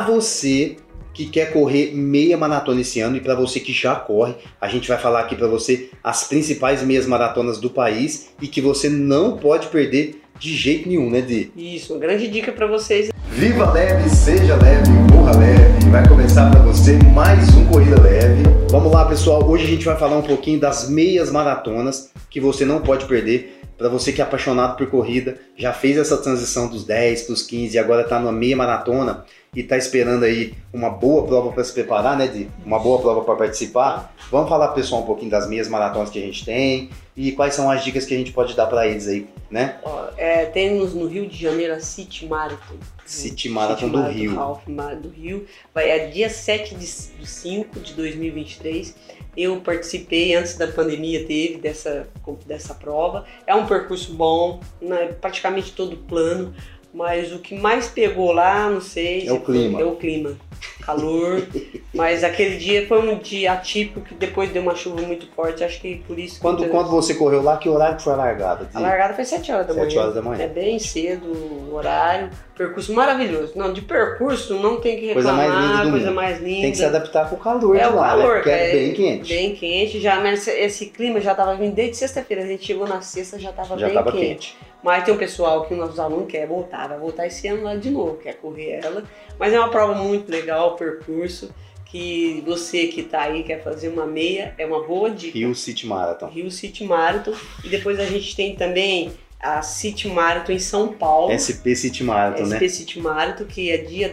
você que quer correr meia maratona esse ano e para você que já corre, a gente vai falar aqui para você as principais meias maratonas do país e que você não pode perder de jeito nenhum, né, Di? Isso, uma grande dica para vocês. Viva leve, seja leve, corra leve. Vai começar para você mais um Corrida Leve. Vamos lá, pessoal. Hoje a gente vai falar um pouquinho das meias maratonas que você não pode perder. Para você que é apaixonado por corrida, já fez essa transição dos 10 para os 15 e agora está numa meia maratona e está esperando aí uma boa prova para se preparar, né, Di? Uma boa prova para participar. Vamos falar, pessoal, um pouquinho das meias maratonas que a gente tem e quais são as dicas que a gente pode dar para eles aí, né? Temos no Rio de Janeiro a City Marathon. City Marathon do Rio. Do Rio. É dia 7 de 5 de 2023. Eu participei, antes da pandemia teve dessa prova. É um percurso bom, né, praticamente todo plano, mas o que mais pegou lá, não sei... É o clima. Calor, mas aquele dia foi um dia atípico, que depois deu uma chuva muito forte, acho que por isso... Quando você correu lá, que horário que foi a largada? A largada foi 7 horas da manhã. 7 horas da manhã. É bem cedo o horário, percurso maravilhoso. Não, de percurso não tem que reclamar, coisa mais linda. Tem que se adaptar com o calor de lá, o calor, né? Porque é bem quente. Bem quente, já, mas esse clima já estava vindo desde sexta-feira, a gente chegou na sexta, já estava bem quente. Mas tem um pessoal que nossos alunos quer voltar, vai voltar esse ano lá de novo, quer correr ela. Mas é uma prova muito legal, o percurso, que você que tá aí, quer fazer uma meia, é uma boa dica. Rio City Marathon. Rio City Marathon. E depois a gente tem também a City Marathon em São Paulo. SP City Marathon, né? SP City Marathon, que é dia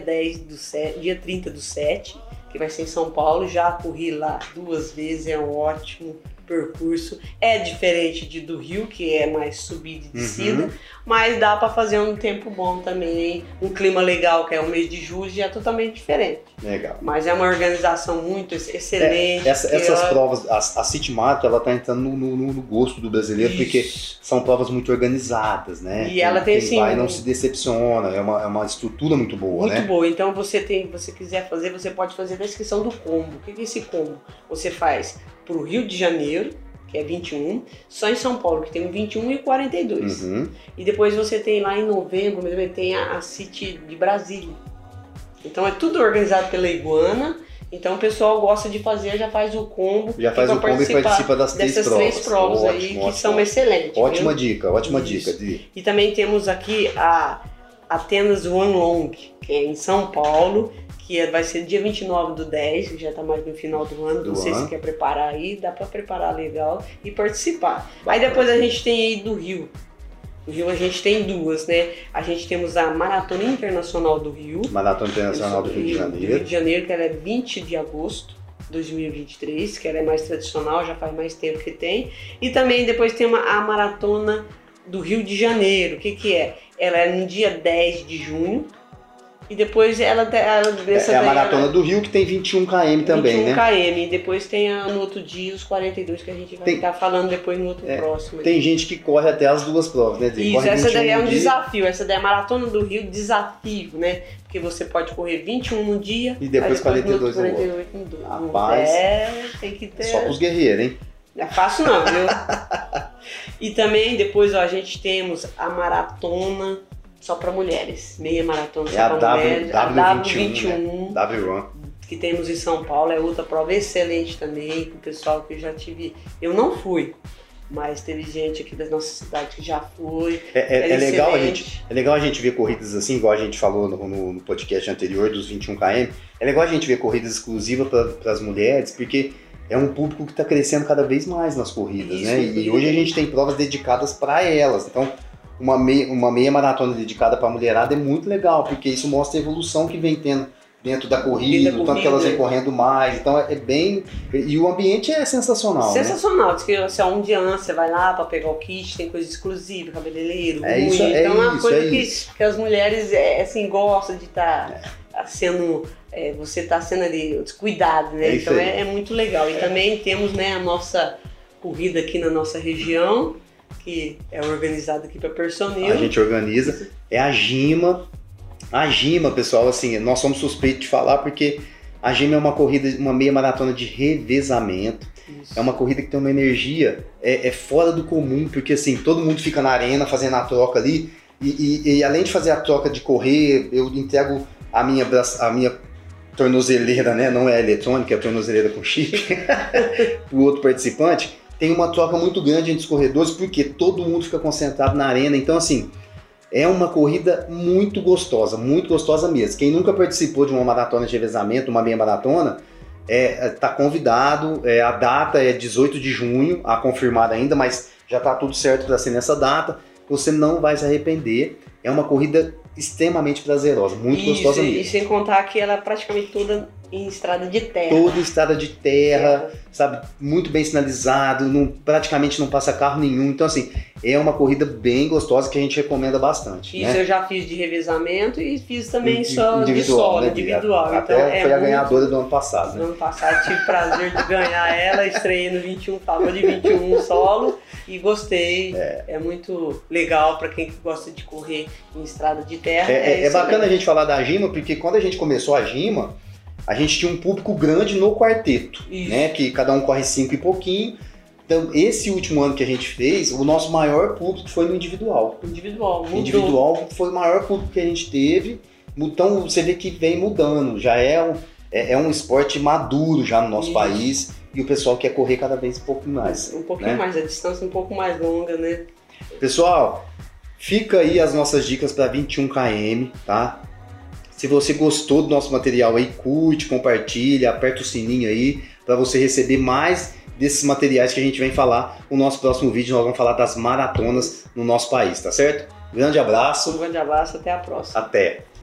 30 do 7, que vai ser em São Paulo. Já corri lá 2 vezes, é um ótimo percurso. É diferente do Rio, que é mais subida e descida, mas dá para fazer um tempo bom também, um clima legal, que é o mês de julho, já é totalmente diferente. Legal. Mas é uma organização muito excelente. Essas provas, a City Marathon, ela tá entrando no gosto do brasileiro, porque são provas muito organizadas, né? E ela tem quem vai não se decepciona, é uma estrutura muito boa, né? Muito boa. Então você quiser fazer, você pode fazer a descrição do combo. O que é esse combo? Você faz pro Rio de Janeiro, que é 21, só em São Paulo, que tem o 21 e o 42. E depois você tem lá em novembro, tem a City de Brasília. Então é tudo organizado pela Iguana. Então o pessoal gosta de fazer, já faz o combo. Já faz o combo e participa dessas 3 provas ótimo, aí, que são excelentes. Ótima dica. E também temos aqui a Atenas One Long, que é em São Paulo, que vai ser dia 29 do 10, que já está mais no final do ano, não sei se quer preparar aí, dá para preparar legal e participar. Aí depois a gente tem aí do Rio. No Rio a gente tem 2, né? A gente temos a Maratona Internacional do Rio. Maratona Internacional do Rio de Janeiro. Rio de Janeiro, que ela é 20 de agosto de 2023, que ela é mais tradicional, já faz mais tempo que tem. E também depois tem a Maratona do Rio de Janeiro. O que é? Ela é no dia 10 de junho. E depois ela a Maratona do Rio, que tem 21 km também, 21 km. E depois tem no outro dia os 42, que a gente vai estar falando depois no outro próximo. Tem gente que corre até as 2 provas, né? Isso, essa daí é um desafio. Essa daí é a Maratona do Rio, desafio, né? Porque você pode correr 21 no dia e depois 42 no outro. Rapaz, tem que ter... Só pros guerreiros, hein? Não é fácil não, viu? E também depois a gente temos a Maratona só para mulheres, meia maratona só para mulheres, a W21, né? W-Run, que temos em São Paulo, é outra prova excelente também, com o pessoal que eu já tive, eu não fui, mas teve gente aqui da nossa cidade que já foi. É legal a gente ver corridas assim, igual a gente falou no podcast anterior dos 21 km, é legal a gente ver corridas exclusivas para as mulheres, porque é um público que está crescendo cada vez mais nas corridas, né? E hoje a gente tem provas dedicadas para elas, então uma meia maratona dedicada para a mulherada é muito legal, porque isso mostra a evolução que vem tendo dentro da corrida, o tanto que elas vêm correndo mais, então é bem... E o ambiente é sensacional, sensacional, né? Diz que você, um dia antes você vai lá para pegar o kit, tem coisa exclusiva, cabeleireiro, então é uma coisa que as mulheres assim, gostam de estar sendo... você está sendo ali descuidado, né? Então é muito legal. E também temos, né, a nossa corrida aqui na nossa região, que é organizada aqui para Personil. A gente organiza, é a Gima. A Gima, pessoal, assim, nós somos suspeitos de falar porque a Gima é uma corrida, uma meia maratona de revezamento. Isso. É uma corrida que tem uma energia fora do comum, porque assim, todo mundo fica na arena fazendo a troca ali e além de fazer a troca de correr, eu entrego a minha tornozeleira, né, não é eletrônica, é tornozeleira com chip, o outro participante, tem uma troca muito grande entre os corredores, porque todo mundo fica concentrado na arena. Então, assim, é uma corrida muito gostosa mesmo. Quem nunca participou de uma maratona de revezamento, uma meia maratona, tá convidado. A data é 18 de junho, a confirmar ainda, mas já tá tudo certo para ser nessa data. Você não vai se arrepender. É uma corrida extremamente prazerosa, muito gostosa mesmo. E sem contar que ela é praticamente toda em estrada de terra. Toda estrada de terra, sabe? Muito bem sinalizado, praticamente não passa carro nenhum. Então, assim, é uma corrida bem gostosa que a gente recomenda bastante. Isso, né? Eu já fiz de revezamento e fiz também só individual, de solo, individual. Até então, foi a ganhadora do ano passado. No ano passado tive o prazer de ganhar ela, estreiei no 21, tava de 21 solo e gostei. É muito legal para quem gosta de correr em estrada de terra. É bacana a gente falar da Gima, porque quando a gente começou a Gima, a gente tinha um público grande no quarteto, né? Que cada um corre 5 e pouquinho. Então, esse último ano que a gente fez, o nosso maior público foi no individual. Mudou. Individual foi o maior público que a gente teve. Então, você vê que vem mudando. Já é um esporte maduro já no nosso país. E o pessoal quer correr cada vez um pouco mais. Um pouquinho mais, a distância um pouco mais longa, né? Pessoal, fica aí as nossas dicas para 21 km, tá? Se você gostou do nosso material aí, curte, compartilha, aperta o sininho aí para você receber mais desses materiais que a gente vem falar. No nosso próximo vídeo nós vamos falar das maratonas no nosso país, tá certo? Grande abraço. Um grande abraço, até a próxima. Até.